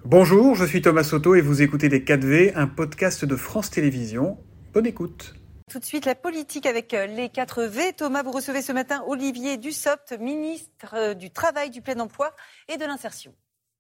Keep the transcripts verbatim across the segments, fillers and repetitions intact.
Bonjour, je suis Thomas Soto et vous écoutez Les quatre V, un podcast de France Télévisions. Bonne écoute. Tout de suite, la politique avec les quatre V. Thomas, vous recevez ce matin Olivier Dussopt, ministre du Travail, du Plein Emploi et de l'Insertion.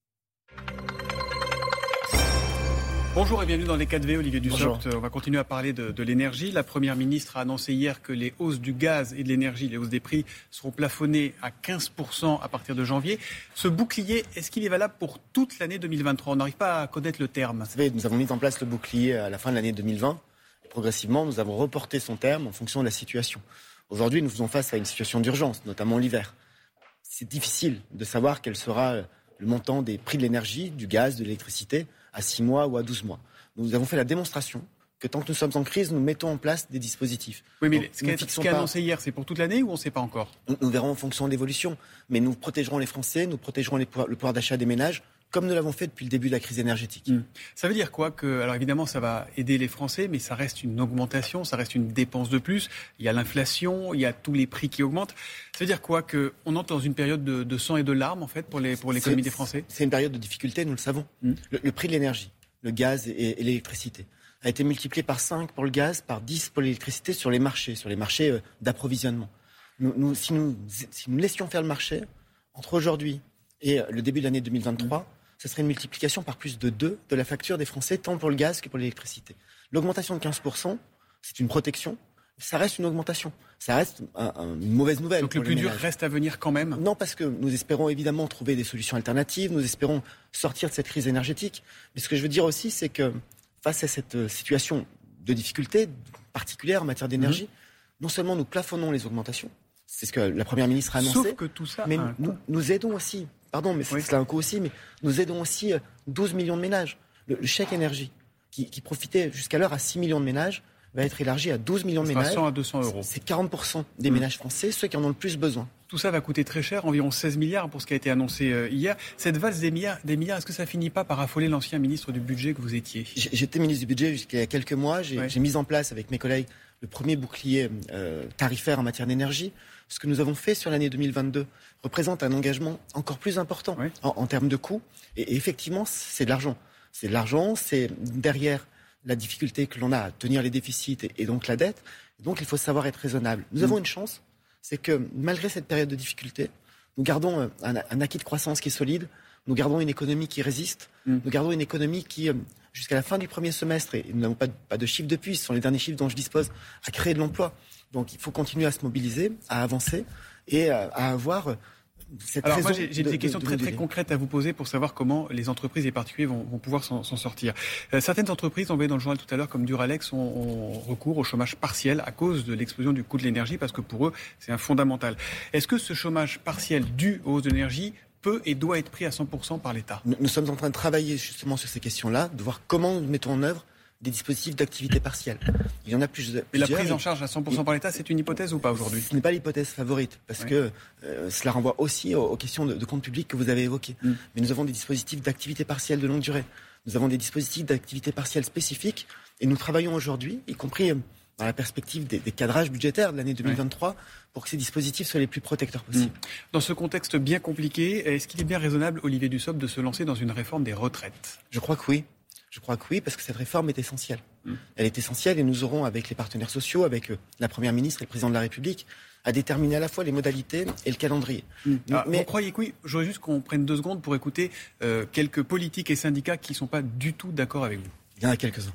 Bonjour et bienvenue dans les quatre V, Olivier Dussopt. On va continuer à parler de, de l'énergie. La Première ministre a annoncé hier que les hausses du gaz et de l'énergie, les hausses des prix, seront plafonnées à quinze pour cent à partir de janvier. Ce bouclier, est-ce qu'il est valable pour toute l'année deux mille vingt-trois ? On n'arrive pas à connaître le terme. Vous savez, nous avons mis en place le bouclier à la fin de l'année deux mille vingt. Et progressivement, nous avons reporté son terme en fonction de la situation. Aujourd'hui, nous faisons face à une situation d'urgence, notamment l'hiver. C'est difficile de savoir quel sera le montant des prix de l'énergie, du gaz, de l'électricité, à six mois ou à douze mois. Nous avons fait la démonstration que tant que nous sommes en crise, nous mettons en place des dispositifs. Oui, mais Donc, ce qui est pas... annoncé hier, c'est pour toute l'année ou on ne sait pas encore ? nous, nous verrons en fonction de l'évolution. Mais nous protégerons les Français, nous protégerons les pouvoirs, le pouvoir d'achat des ménages, comme nous l'avons fait depuis le début de la crise énergétique. Mmh. Ça veut dire quoi que, alors évidemment, ça va aider les Français, mais ça reste une augmentation, ça reste une dépense de plus. Il y a l'inflation, il y a tous les prix qui augmentent. Ça veut dire quoi qu'on entre dans une période de, de sang et de larmes, en fait, pour, les, pour l'économie c'est, des Français ? C'est une période de difficulté, nous le savons. Mmh. Le, le prix de l'énergie, le gaz et, et l'électricité a été multiplié par cinq pour le gaz, par dix pour l'électricité sur les marchés, sur les marchés euh, d'approvisionnement. Nous, nous, si, nous, si nous laissions faire le marché, entre aujourd'hui et le début de l'année deux mille vingt-trois, mmh. ce serait une multiplication par plus de deux de la facture des Français, tant pour le gaz que pour l'électricité. L'augmentation de quinze pour cent, c'est une protection, ça reste une augmentation. Ça reste un, un, une mauvaise nouvelle. Donc le plus dur reste à venir quand même ? Non, parce que nous espérons évidemment trouver des solutions alternatives, nous espérons sortir de cette crise énergétique. Mais ce que je veux dire aussi, c'est que face à cette situation de difficulté particulière en matière d'énergie, mmh. non seulement nous plafonnons les augmentations, c'est ce que la Première ministre a annoncé, sauf que tout ça mais nous, nous aidons aussi, pardon, mais oui. c'est cela un coût aussi, mais nous aidons aussi douze millions de ménages. Le, le chèque énergie, qui, qui profitait jusqu'alors à six millions de ménages, va être élargi à douze millions de ménages. cent à deux cents euros. C'est quarante pour cent des mmh. ménages français, ceux qui en ont le plus besoin. Tout ça va coûter très cher, environ seize milliards pour ce qui a été annoncé euh, hier. Cette valse des milliards, des milliards, est-ce que ça finit pas par affoler l'ancien ministre du budget que vous étiez ? J'étais ministre du budget jusqu'à quelques mois. J'ai, ouais. j'ai mis en place avec mes collègues le premier bouclier euh, tarifaire en matière d'énergie. Ce que nous avons fait sur l'année deux mille vingt-deux représente un engagement encore plus important ouais. en, en termes de coûts. Et, et effectivement, c'est de l'argent. C'est de l'argent, c'est derrière la difficulté que l'on a à tenir les déficits et, et donc la dette. Donc il faut savoir être raisonnable. Nous mmh. avons une chance, c'est que malgré cette période de difficulté, nous gardons un, un acquis de croissance qui est solide, nous gardons une économie qui résiste, mmh. nous gardons une économie qui, jusqu'à la fin du premier semestre, et nous n'avons pas de, pas de chiffres depuis, ce sont les derniers chiffres dont je dispose, a créé de l'emploi. Donc il faut continuer à se mobiliser, à avancer et à, à avoir... Cette Alors moi j'ai, j'ai de, des questions de, de très très concrètes à vous poser pour savoir comment les entreprises et les particuliers vont, vont pouvoir s'en, s'en sortir. Euh, certaines entreprises, on voyait dans le journal tout à l'heure, comme Duralex, ont, ont recours au chômage partiel à cause de l'explosion du coût de l'énergie, parce que pour eux c'est un fondamental. Est-ce que ce chômage partiel dû aux hausses de l'énergie peut et doit être pris à cent pour cent par l'État ? Nous, nous sommes en train de travailler justement sur ces questions-là, de voir comment nous mettons en œuvre des dispositifs d'activité partielle. Il y en a plusieurs. Mais la prise en charge à cent pour cent par l'État, c'est une hypothèse ou pas aujourd'hui ? Ce n'est pas l'hypothèse favorite, parce ouais. que euh, cela renvoie aussi aux, aux questions de, de compte public que vous avez évoquées. Mm. Mais nous avons des dispositifs d'activité partielle de longue durée. Nous avons des dispositifs d'activité partielle spécifiques, et nous travaillons aujourd'hui, y compris euh, dans la perspective des, des cadrages budgétaires de l'année deux mille vingt-trois, ouais. pour que ces dispositifs soient les plus protecteurs possibles. Mm. Dans ce contexte bien compliqué, est-ce qu'il est bien raisonnable, Olivier Dussopt, de se lancer dans une réforme des retraites ? Je crois que oui. Je crois que oui, parce que cette réforme est essentielle. Mmh. Elle est essentielle et nous aurons, avec les partenaires sociaux, avec la Première ministre et le Président de la République, à déterminer à la fois les modalités et le calendrier. Mmh. Ah, mais vous croyez que oui ? Je voudrais juste qu'on prenne deux secondes pour écouter euh, quelques politiques et syndicats qui ne sont pas du tout d'accord avec vous. Il y en a quelques-uns.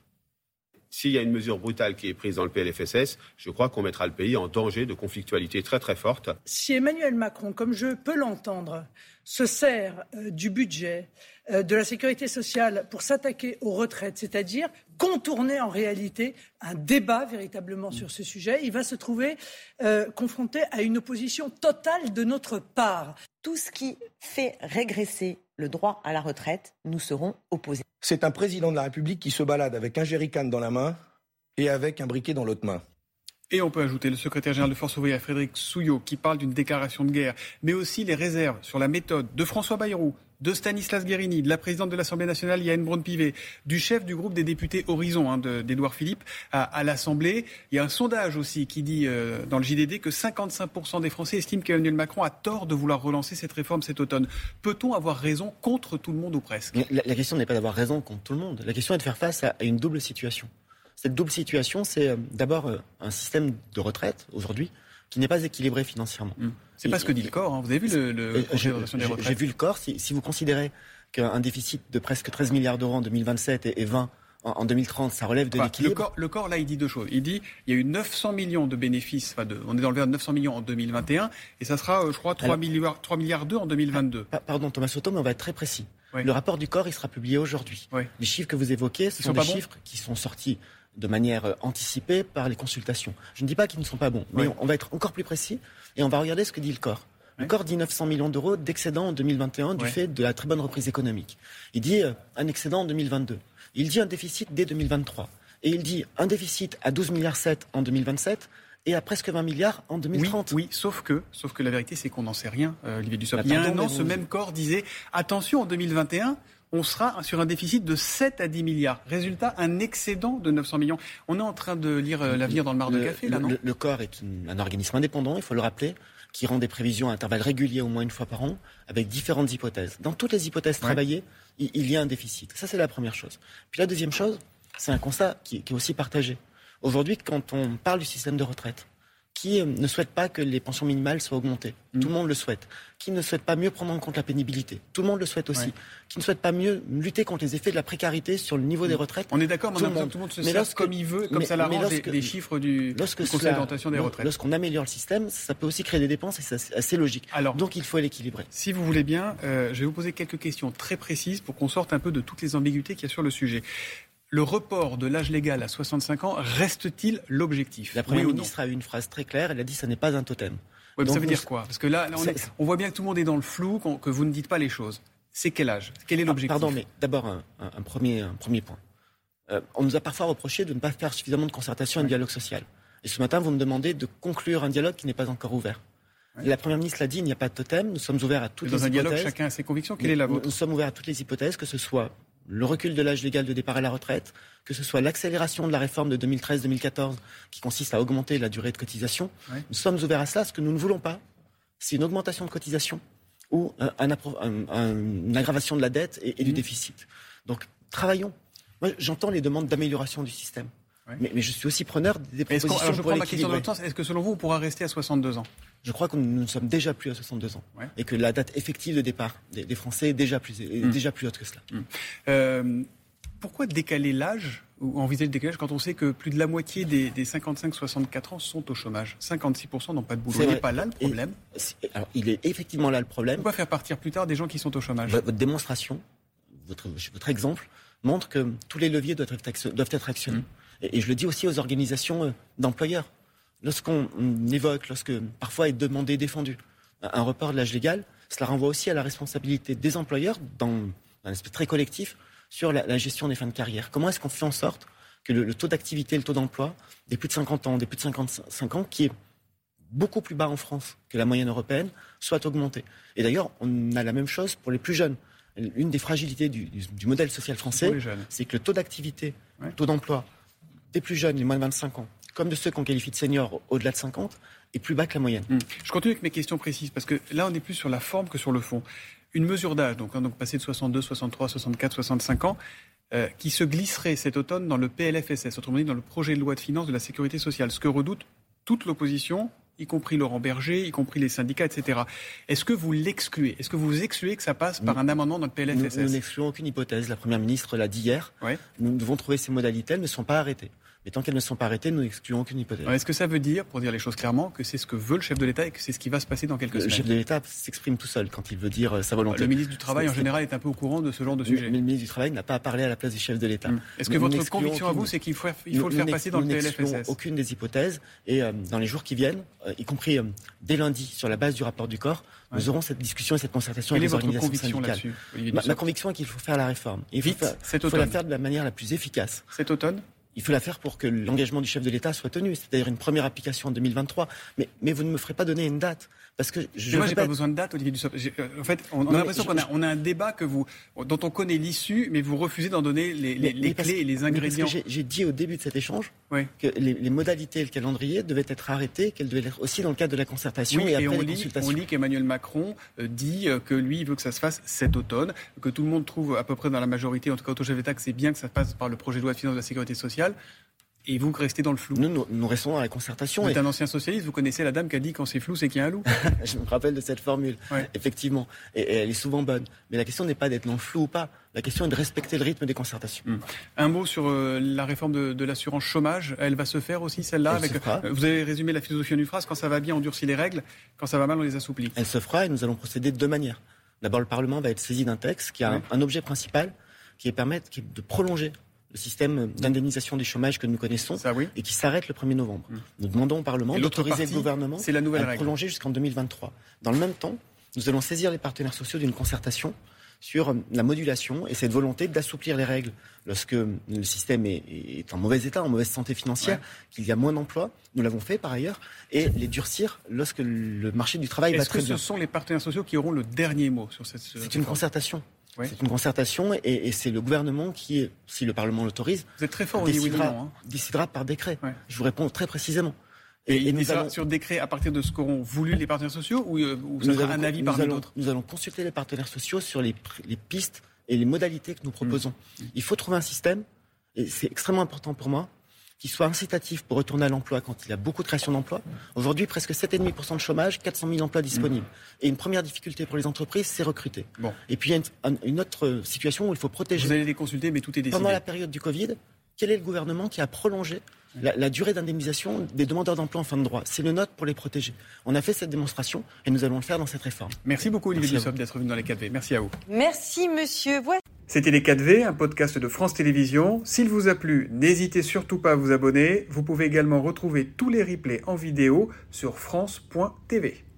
S'il y a une mesure brutale qui est prise dans le P L F S S, je crois qu'on mettra le pays en danger de conflictualité très très forte. Si Emmanuel Macron, comme je peux l'entendre, se sert euh, du budget euh, de la sécurité sociale pour s'attaquer aux retraites, c'est-à-dire contourner en réalité un débat véritablement sur ce sujet, il va se trouver euh, confronté à une opposition totale de notre part. Tout ce qui fait régresser le droit à la retraite, nous serons opposés. C'est un président de la République qui se balade avec un jerrycan dans la main et avec un briquet dans l'autre main. Et on peut ajouter le secrétaire général de Force ouvrière, Frédéric Souillot, qui parle d'une déclaration de guerre, mais aussi les réserves sur la méthode de François Bayrou, de Stanislas Guérini, de la présidente de l'Assemblée nationale, Yael Braun-Pivet, du chef du groupe des députés Horizon, hein, de, d'Édouard Philippe, à, à l'Assemblée. Il y a un sondage aussi qui dit, euh, dans le J D D, que cinquante-cinq pour cent des Français estiment qu'Emmanuel Macron a tort de vouloir relancer cette réforme cet automne. Peut-on avoir raison contre tout le monde ou presque ? la, la question n'est pas d'avoir raison contre tout le monde. La question est de faire face à, à une double situation. Cette double situation, c'est euh, d'abord euh, un système de retraite, aujourd'hui, qui n'est pas équilibré financièrement. Mmh. C'est et, pas ce que dit le corps. Hein. Vous avez vu le, le projet de réduction des retraites ? J'ai vu le corps. Si, si vous considérez qu'un déficit de presque treize milliards d'euros en deux mille vingt-sept et, et vingt en, en deux mille trente, ça relève de enfin, l'équilibre. Le corps, le corps, là, il dit deux choses. Il dit il y a eu neuf cents millions de bénéfices, enfin de, on est dans le vert de neuf cents millions en deux mille vingt et un, et ça sera, je crois, trois milliards deux en deux mille vingt-deux. Pardon, Thomas Soto, mais on va être très précis. Oui. Le rapport du corps, il sera publié aujourd'hui. Oui. Les chiffres que vous évoquez, ce Ils sont, sont des chiffres bons qui sont sortis de manière anticipée par les consultations. Je ne dis pas qu'ils ne sont pas bons, mais oui. on va être encore plus précis et on va regarder ce que dit le corps. Le oui. corps dit neuf cents millions d'euros d'excédent en deux mille vingt et un du oui. fait de la très bonne reprise économique. Il dit euh, un excédent en deux mille vingt-deux. Il dit un déficit dès deux mille vingt-trois. Et il dit un déficit à douze virgule sept milliards en deux mille vingt-sept et à presque vingt milliards en deux mille trente. Oui, oui, sauf que, sauf que la vérité, c'est qu'on n'en sait rien, euh, Olivier Dussopt. Bah, Il y a un an, ce même corps disait attention, en deux mille vingt et un, on sera sur un déficit de sept à dix milliards. Résultat, un excédent de neuf cents millions. On est en train de lire euh, l'avenir dans le mar de café, là, non ? Le, le corps est une, un organisme indépendant, il faut le rappeler, qui rend des prévisions à intervalles réguliers, au moins une fois par an, avec différentes hypothèses. Dans toutes les hypothèses ouais. travaillées, il, il y a un déficit. Ça, c'est la première chose. Puis la deuxième chose, c'est un constat qui, qui est aussi partagé. Aujourd'hui, quand on parle du système de retraite, qui ne souhaite pas que les pensions minimales soient augmentées. Mmh. Tout le monde le souhaite. Qui ne souhaite pas mieux prendre en compte la pénibilité. Tout le monde le souhaite aussi. Ouais. Qui ne souhaite pas mieux lutter contre les effets de la précarité sur le niveau mmh. des retraites. On est d'accord, mais on a besoin que tout le monde se serve comme il veut, comme mais, ça l'arrange les, les chiffres du, du Conseil d'orientation des retraites. Lorsqu'on améliore le système, ça peut aussi créer des dépenses et c'est assez logique. Alors, donc il faut l'équilibrer. Si vous voulez bien, euh, je vais vous poser quelques questions très précises pour qu'on sorte un peu de toutes les ambiguïtés qu'il y a sur le sujet. Le report de l'âge légal à soixante-cinq ans reste-t-il l'objectif ? La Première oui ministre a eu une phrase très claire, elle a dit que ça n'est pas un totem. Oui, mais ça veut dire quoi ? Parce que là, là on, est, on voit bien que tout le monde est dans le flou, que vous ne dites pas les choses. C'est quel âge ? Quel est l'objectif ? ah, Pardon, mais d'abord un, un, un, premier, un premier point. Euh, on nous a parfois reproché de ne pas faire suffisamment de concertation et de dialogue social. Et ce matin, vous me demandez de conclure un dialogue qui n'est pas encore ouvert. Oui. La Première ministre l'a dit, il n'y a pas de totem, nous sommes ouverts à toutes les hypothèses. Dans un dialogue, chacun a ses convictions, quelle est la vôtre ? Nous, nous sommes ouverts à toutes les hypothèses, que ce soit le recul de l'âge légal de départ à la retraite, que ce soit l'accélération de la réforme de deux mille treize deux mille quatorze qui consiste à augmenter la durée de cotisation. Oui. Nous sommes ouverts à cela. Ce que nous ne voulons pas, c'est une augmentation de cotisation ou un, un, un, un, une aggravation de la dette et, et mmh. du déficit. Donc, travaillons. Moi, j'entends les demandes d'amélioration du système. Oui. Mais, mais je suis aussi preneur des propositions alors je pour prends ma question dans l'autre sens. Est-ce que selon vous, on pourra rester à soixante-deux ans ? Je crois que nous ne sommes déjà plus à soixante-deux ans. Ouais. Et que la date effective de départ des, des Français est déjà plus, est mmh. déjà plus haute que cela. Mmh. Euh, pourquoi décaler l'âge ou envisager le décalage quand on sait que plus de la moitié des, des cinquante-cinq soixante-quatre ans sont au chômage ? cinquante-six pour cent n'ont pas de boulot. Il n'est pas là le problème ? Et, alors, il est effectivement là le problème. Pourquoi faire partir plus tard des gens qui sont au chômage ? Votre démonstration, votre, votre exemple, montre que tous les leviers doivent être, doivent être actionnés. Mmh. Et, et je le dis aussi aux organisations d'employeurs. Lorsqu'on évoque, lorsque parfois est demandé, défendu un report de l'âge légal, cela renvoie aussi à la responsabilité des employeurs, dans un aspect très collectif, sur la, la gestion des fins de carrière. Comment est-ce qu'on fait en sorte que le, le taux d'activité, le taux d'emploi des plus de cinquante ans, des plus de cinquante-cinq ans, qui est beaucoup plus bas en France que la moyenne européenne, soit augmenté ? Et d'ailleurs, on a la même chose pour les plus jeunes. Une des fragilités du, du, du modèle social français, c'est que le taux d'activité, ouais. le taux d'emploi des plus jeunes, les moins de vingt-cinq ans, comme de ceux qu'on qualifie de seniors au-delà de cinquante, est plus bas que la moyenne. Mmh. Je continue avec mes questions précises, parce que là, on est plus sur la forme que sur le fond. Une mesure d'âge, donc, hein, donc passer de soixante-deux, soixante-trois, soixante-quatre, soixante-cinq ans, euh, qui se glisserait cet automne dans le P L F S S, autrement dit dans le projet de loi de finances de la Sécurité sociale, ce que redoute toute l'opposition, y compris Laurent Berger, y compris les syndicats, et cetera. Est-ce que vous l'excluez ? Est-ce que vous excluez que ça passe par un amendement dans le P L F S S ? Nous, nous n'excluons aucune hypothèse. La Première ministre l'a dit hier. Ouais. Nous devons trouver ces modalités. Elles ne sont pas arrêtées. Mais tant qu'elles ne sont pas arrêtées, nous n'excluons aucune hypothèse. Est-ce que ça veut dire, pour dire les choses clairement, que c'est ce que veut le chef de l'État et que c'est ce qui va se passer dans quelques le semaines ? Le chef de l'État s'exprime tout seul quand il veut dire sa volonté. Le ministre du Travail, en général, est un peu au courant de ce genre de sujet. Mais le ministre du Travail n'a pas à parler à la place du chef de l'État. Hum. Est-ce que nous, votre conviction à vous, c'est qu'il faut, il faut nous, le faire passer dans le P L F S S ? Aucune des hypothèses. Et euh, dans les jours qui viennent, euh, y compris euh, dès lundi, sur la base du rapport du corps, ouais. nous aurons cette discussion et cette concertation Quelle avec les organisations syndicales. Là-dessus, ma, ma conviction est qu'il faut faire la réforme. Il faut, Vite, faire, cet faut la faire de la manière la plus efficace. Cet automne ? il faut la faire pour que l'engagement du chef de l'État soit tenu. C'est-à-dire une première application en deux mille vingt-trois. Mais, mais vous ne me ferez pas donner une date. Parce que je mais moi, répète... j'ai pas besoin de date, Olivier Dussopt. J'ai, euh, en fait, on, on a l'impression je, qu'on a, on a un débat que vous, dont on connaît l'issue, mais vous refusez d'en donner les, les, mais, les clés et les ingrédients. J'ai, j'ai dit au début de cet échange oui. que les, les modalités et le calendrier devaient être arrêtés, qu'elles devaient être aussi dans le cadre de la concertation oui, et, et après on les lit, consultations. On lit qu'Emmanuel Macron euh, dit euh, que lui, il veut que ça se fasse cet automne, que tout le monde trouve à peu près dans la majorité, en tout cas au chef d'État, que c'est bien que ça passe par le projet de loi de finances de la sécurité sociale. Et vous restez dans le flou. Nous, nous, nous restons dans la concertation. Vous êtes et... un ancien socialiste, vous connaissez la dame qui a dit quand c'est flou, c'est qu'il y a un loup. Je me rappelle de cette formule, ouais. Effectivement. Et, et elle est souvent bonne. Mais la question n'est pas d'être dans le flou ou pas. La question est de respecter le rythme des concertations. Hum. Un mot sur euh, la réforme de, de l'assurance chômage. Elle va se faire aussi, celle-là avec, euh, vous avez résumé la philosophie en une phrase. Quand ça va bien, on durcit les règles. Quand ça va mal, on les assouplit. Elle se fera et nous allons procéder de deux manières. D'abord, le Parlement va être saisi d'un texte qui a ouais. un, un objet principal qui est, permettre, qui est de prolonger le système d'indemnisation des chômages que nous connaissons Ça, oui. et qui s'arrête le premier novembre. Mmh. Nous demandons au Parlement d'autoriser le gouvernement c'est la nouvelle à règle. prolonger jusqu'en deux mille vingt-trois. Dans le même temps, nous allons saisir les partenaires sociaux d'une concertation sur la modulation et cette volonté d'assouplir les règles lorsque le système est, est en mauvais état, en mauvaise santé financière, ouais. qu'il y a moins d'emplois. Nous l'avons fait par ailleurs, et les durcir lorsque le marché du travail Est-ce va très bien. Est-ce que ce sont les partenaires sociaux qui auront le dernier mot sur cette C'est réforme. Une concertation. Oui. C'est une concertation et, et c'est le gouvernement qui, si le Parlement l'autorise, vous êtes très fort, décidera, oui, non, hein. décidera par décret. Ouais. Je vous réponds très précisément. Et, et il nous décidera allons... sur décret à partir de ce qu'auront voulu les partenaires sociaux ou, euh, ou ça nous sera allons, un avis nous parmi allons, d'autres Nous allons consulter les partenaires sociaux sur les, les pistes et les modalités que nous proposons. Mmh. Il faut trouver un système, et c'est extrêmement important pour moi, qui soit incitatif pour retourner à l'emploi quand il y a beaucoup de création d'emplois. Aujourd'hui, presque sept virgule cinq pour cent de chômage, quatre cent mille emplois disponibles. Mmh. Et une première difficulté pour les entreprises, c'est recruter. Bon. Et puis il y a une, une autre situation où il faut protéger. Vous allez les consulter, mais tout est décidé. Pendant la période du Covid, quel est le gouvernement qui a prolongé la, la durée d'indemnisation des demandeurs d'emploi en fin de droit? C'est le nôtre pour les protéger. On a fait cette démonstration et nous allons le faire dans cette réforme. Merci beaucoup Olivier Dussopt d'être venu dans les quatre V. Merci à vous. Merci monsieur. Voilà. C'était Les quatre V, un podcast de France Télévisions. S'il vous a plu, n'hésitez surtout pas à vous abonner. Vous pouvez également retrouver tous les replays en vidéo sur France point T V.